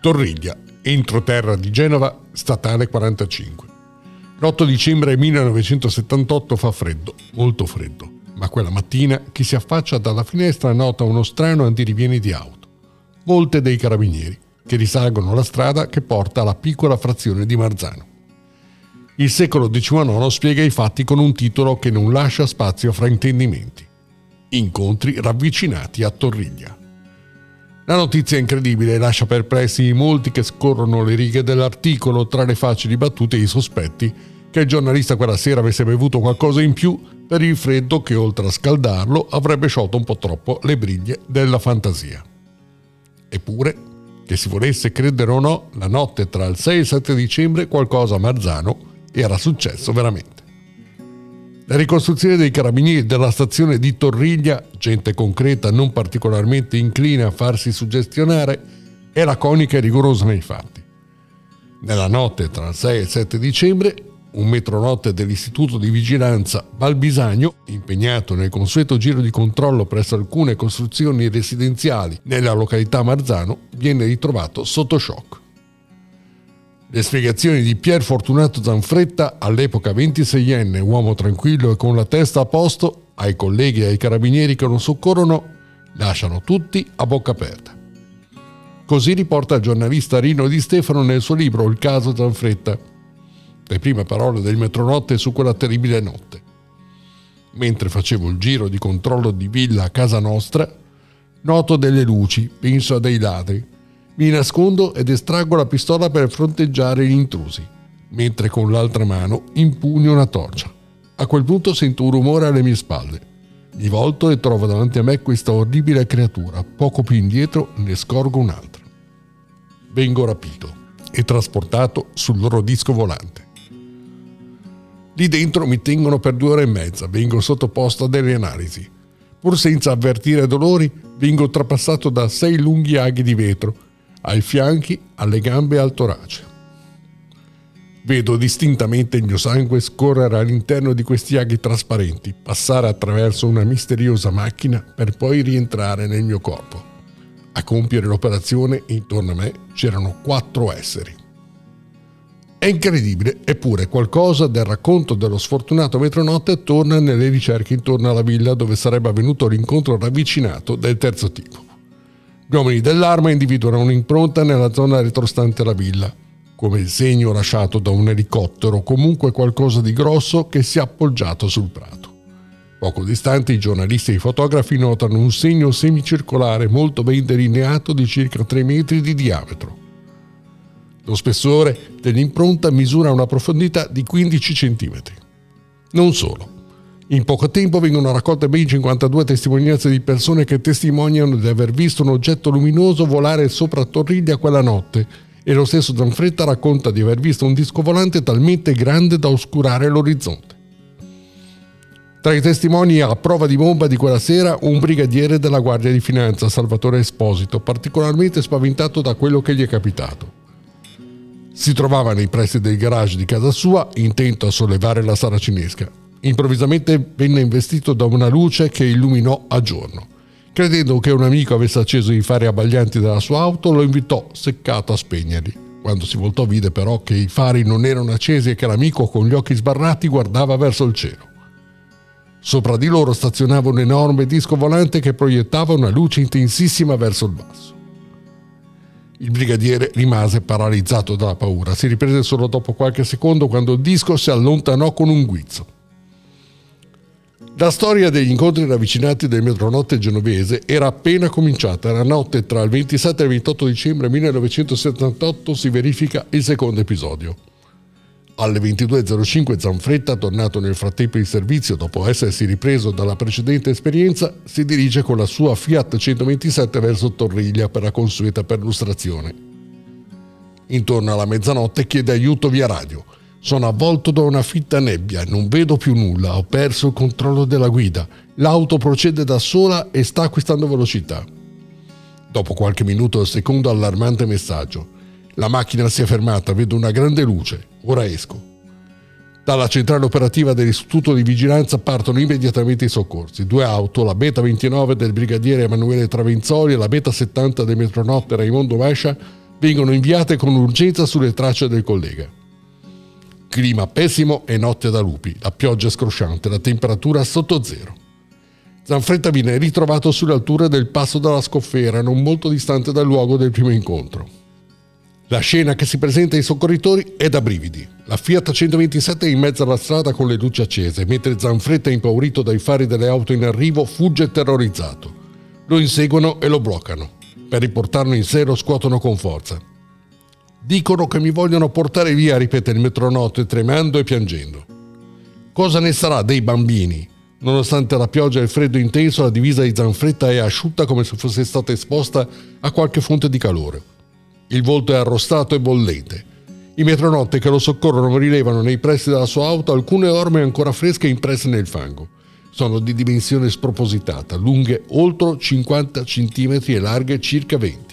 Torriglia, entroterra di Genova, statale 45. L'8 dicembre 1978 fa freddo, molto freddo, ma quella mattina chi si affaccia dalla finestra nota uno strano andirivieni di auto. Molte dei carabinieri, che risalgono la strada che porta alla piccola frazione di Marzano. Il secolo XIX spiega i fatti con un titolo che non lascia spazio a fraintendimenti. Incontri ravvicinati a Torriglia. La notizia è incredibile e lascia perplessi molti che scorrono le righe dell'articolo tra le facili battute e i sospetti che il giornalista quella sera avesse bevuto qualcosa in più per il freddo che, oltre a scaldarlo, avrebbe sciolto un po' troppo le briglie della fantasia. Eppure, che si volesse credere o no, la notte tra il 6 e il 7 dicembre qualcosa a Marzano era successo veramente. La ricostruzione dei carabinieri della stazione di Torriglia, gente concreta non particolarmente incline a farsi suggestionare, è laconica e rigorosa nei fatti. Nella notte tra il 6 e il 7 dicembre, un metronotte dell'Istituto di Vigilanza Balbisagno, impegnato nel consueto giro di controllo presso alcune costruzioni residenziali nella località Marzano, viene ritrovato sotto shock. Le spiegazioni di Pier Fortunato Zanfretta, all'epoca 26enne, uomo tranquillo e con la testa a posto, ai colleghi e ai carabinieri che lo soccorrono, lasciano tutti a bocca aperta. Così riporta il giornalista Rino Di Stefano nel suo libro Il caso Zanfretta. Le prime parole del metronotte su quella terribile notte. Mentre facevo il giro di controllo di villa a casa nostra, noto delle luci, penso a dei ladri. Mi nascondo ed estraggo la pistola per fronteggiare gli intrusi, mentre con l'altra mano impugno una torcia. A quel punto sento un rumore alle mie spalle. Mi volto e trovo davanti a me questa orribile creatura. Poco più indietro ne scorgo un'altra. Vengo rapito e trasportato sul loro disco volante. Lì dentro mi tengono per 2 ore e mezza, vengo sottoposto a delle analisi. Pur senza avvertire dolori, vengo trapassato da 6 lunghi aghi di vetro, ai fianchi, alle gambe e al torace. Vedo distintamente il mio sangue scorrere all'interno di questi aghi trasparenti, passare attraverso una misteriosa macchina per poi rientrare nel mio corpo. A compiere l'operazione, intorno a me, c'erano 4 esseri. È incredibile, eppure qualcosa del racconto dello sfortunato metronotte torna nelle ricerche intorno alla villa dove sarebbe avvenuto l'incontro ravvicinato del terzo tipo. Gli uomini dell'arma individuano un'impronta nella zona retrostante alla villa, come il segno lasciato da un elicottero o comunque qualcosa di grosso che si è appoggiato sul prato. Poco distante i giornalisti e i fotografi notano un segno semicircolare molto ben delineato di circa 3 metri di diametro. Lo spessore dell'impronta misura una profondità di 15 centimetri. Non solo. In poco tempo vengono raccolte ben 52 testimonianze di persone che testimoniano di aver visto un oggetto luminoso volare sopra Torriglia quella notte e lo stesso Zanfretta racconta di aver visto un disco volante talmente grande da oscurare l'orizzonte. Tra i testimoni a prova di bomba di quella sera un brigadiere della Guardia di Finanza, Salvatore Esposito, particolarmente spaventato da quello che gli è capitato. Si trovava nei pressi del garage di casa sua, intento a sollevare la saracinesca. Improvvisamente venne investito da una luce che illuminò a giorno. Credendo che un amico avesse acceso i fari abbaglianti della sua auto, lo invitò seccato a spegnerli. Quando si voltò vide però che i fari non erano accesi e che l'amico con gli occhi sbarrati guardava verso il cielo. Sopra di loro stazionava un enorme disco volante che proiettava una luce intensissima verso il basso. Il brigadiere rimase paralizzato dalla paura. Si riprese solo dopo qualche secondo quando il disco si allontanò con un guizzo. La storia degli incontri ravvicinati del metronotte genovese era appena cominciata. La notte tra il 27 e il 28 dicembre 1978 si verifica il secondo episodio. Alle 22.05 Zanfretta, tornato nel frattempo in servizio dopo essersi ripreso dalla precedente esperienza, si dirige con la sua Fiat 127 verso Torriglia per la consueta perlustrazione. Intorno alla mezzanotte chiede aiuto via radio. Sono avvolto da una fitta nebbia, non vedo più nulla, ho perso il controllo della guida, l'auto procede da sola e sta acquistando velocità. Dopo qualche minuto il secondo allarmante messaggio. La macchina si è fermata, vedo una grande luce, ora esco. Dalla centrale operativa dell'Istituto di Vigilanza partono immediatamente i soccorsi. 2 auto, la Beta 29 del brigadiere Emanuele Travenzoli e la Beta 70 del metronotte Raimondo Mascia, vengono inviate con urgenza sulle tracce del collega. Clima pessimo e notte da lupi, la pioggia scrosciante, la temperatura sotto zero. Zanfretta viene ritrovato sulle alture del Passo della Scofera, non molto distante dal luogo del primo incontro. La scena che si presenta ai soccorritori è da brividi. La Fiat 127 è in mezzo alla strada con le luci accese, mentre Zanfretta, impaurito dai fari delle auto in arrivo, fugge terrorizzato. Lo inseguono e lo bloccano. Per riportarlo in sé lo scuotono con forza. Dicono che mi vogliono portare via, ripete il metronotte tremando e piangendo. Cosa ne sarà dei bambini? Nonostante la pioggia e il freddo intenso, la divisa di Zanfretta è asciutta come se fosse stata esposta a qualche fonte di calore. Il volto è arrostato e bollente. I metronotte che lo soccorrono rilevano nei pressi della sua auto alcune orme ancora fresche impresse nel fango. Sono di dimensione spropositata, lunghe oltre 50 cm e larghe circa 20.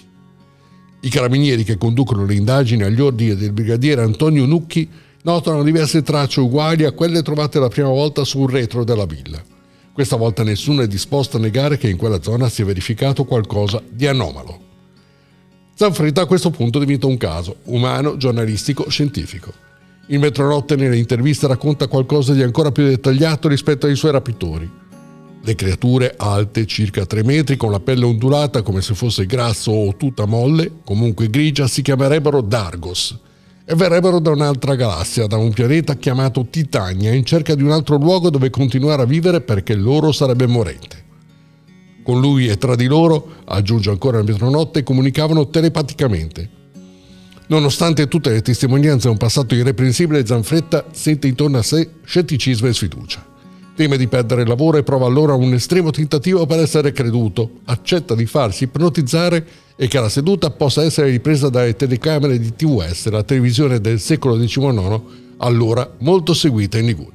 I carabinieri che conducono le indagini agli ordini del brigadiere Antonio Nucchi notano diverse tracce uguali a quelle trovate la prima volta sul retro della villa. Questa volta nessuno è disposto a negare che in quella zona sia verificato qualcosa di anomalo. Zanfretta a questo punto diventa un caso umano, giornalistico, scientifico. Il metronotte nelle interviste racconta qualcosa di ancora più dettagliato rispetto ai suoi rapitori. Le creature alte circa 3 metri con la pelle ondulata come se fosse grasso o tutta molle, comunque grigia, si chiamerebbero Dargos e verrebbero da un'altra galassia, da un pianeta chiamato Titania, in cerca di un altro luogo dove continuare a vivere perché loro sarebbe morente. Con lui e tra di loro, aggiunge ancora il metronotte, comunicavano telepaticamente. Nonostante tutte le testimonianze a un passato irreprensibile, Zanfretta sente intorno a sé scetticismo e sfiducia. Teme di perdere il lavoro e prova allora un estremo tentativo per essere creduto. Accetta di farsi ipnotizzare e che la seduta possa essere ripresa dalle telecamere di TVS, la televisione del secolo XIX, allora molto seguita in Liguria.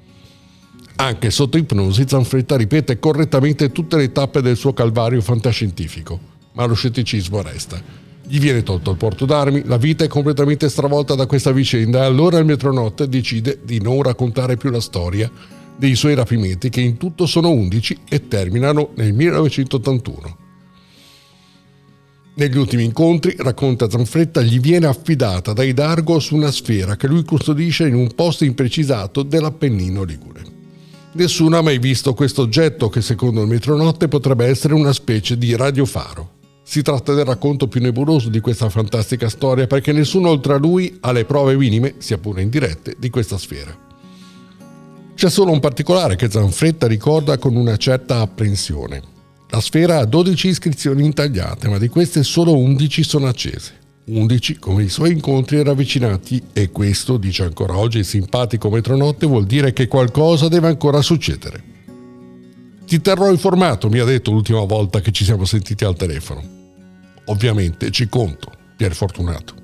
Anche sotto ipnosi Zanfretta ripete correttamente tutte le tappe del suo calvario fantascientifico, ma lo scetticismo resta. Gli viene tolto il porto d'armi, la vita è completamente stravolta da questa vicenda e allora il metronotte decide di non raccontare più la storia dei suoi rapimenti, che in tutto sono 11 e terminano nel 1981. Negli ultimi incontri, racconta Zanfretta, gli viene affidata dai Dargos una sfera che lui custodisce in un posto imprecisato dell'Appennino ligure. Nessuno ha mai visto questo oggetto che secondo il metronotte potrebbe essere una specie di radiofaro. Si tratta del racconto più nebuloso di questa fantastica storia perché nessuno oltre a lui ha le prove minime, sia pure indirette, di questa sfera. C'è solo un particolare che Zanfretta ricorda con una certa apprensione. La sfera ha 12 iscrizioni intagliate, ma di queste solo 11 sono accese. 11 come i suoi incontri ravvicinati, e questo, dice ancora oggi il simpatico metronotte, vuol dire che qualcosa deve ancora succedere. Ti terrò informato, mi ha detto l'ultima volta che ci siamo sentiti al telefono. Ovviamente ci conto, Pier Fortunato.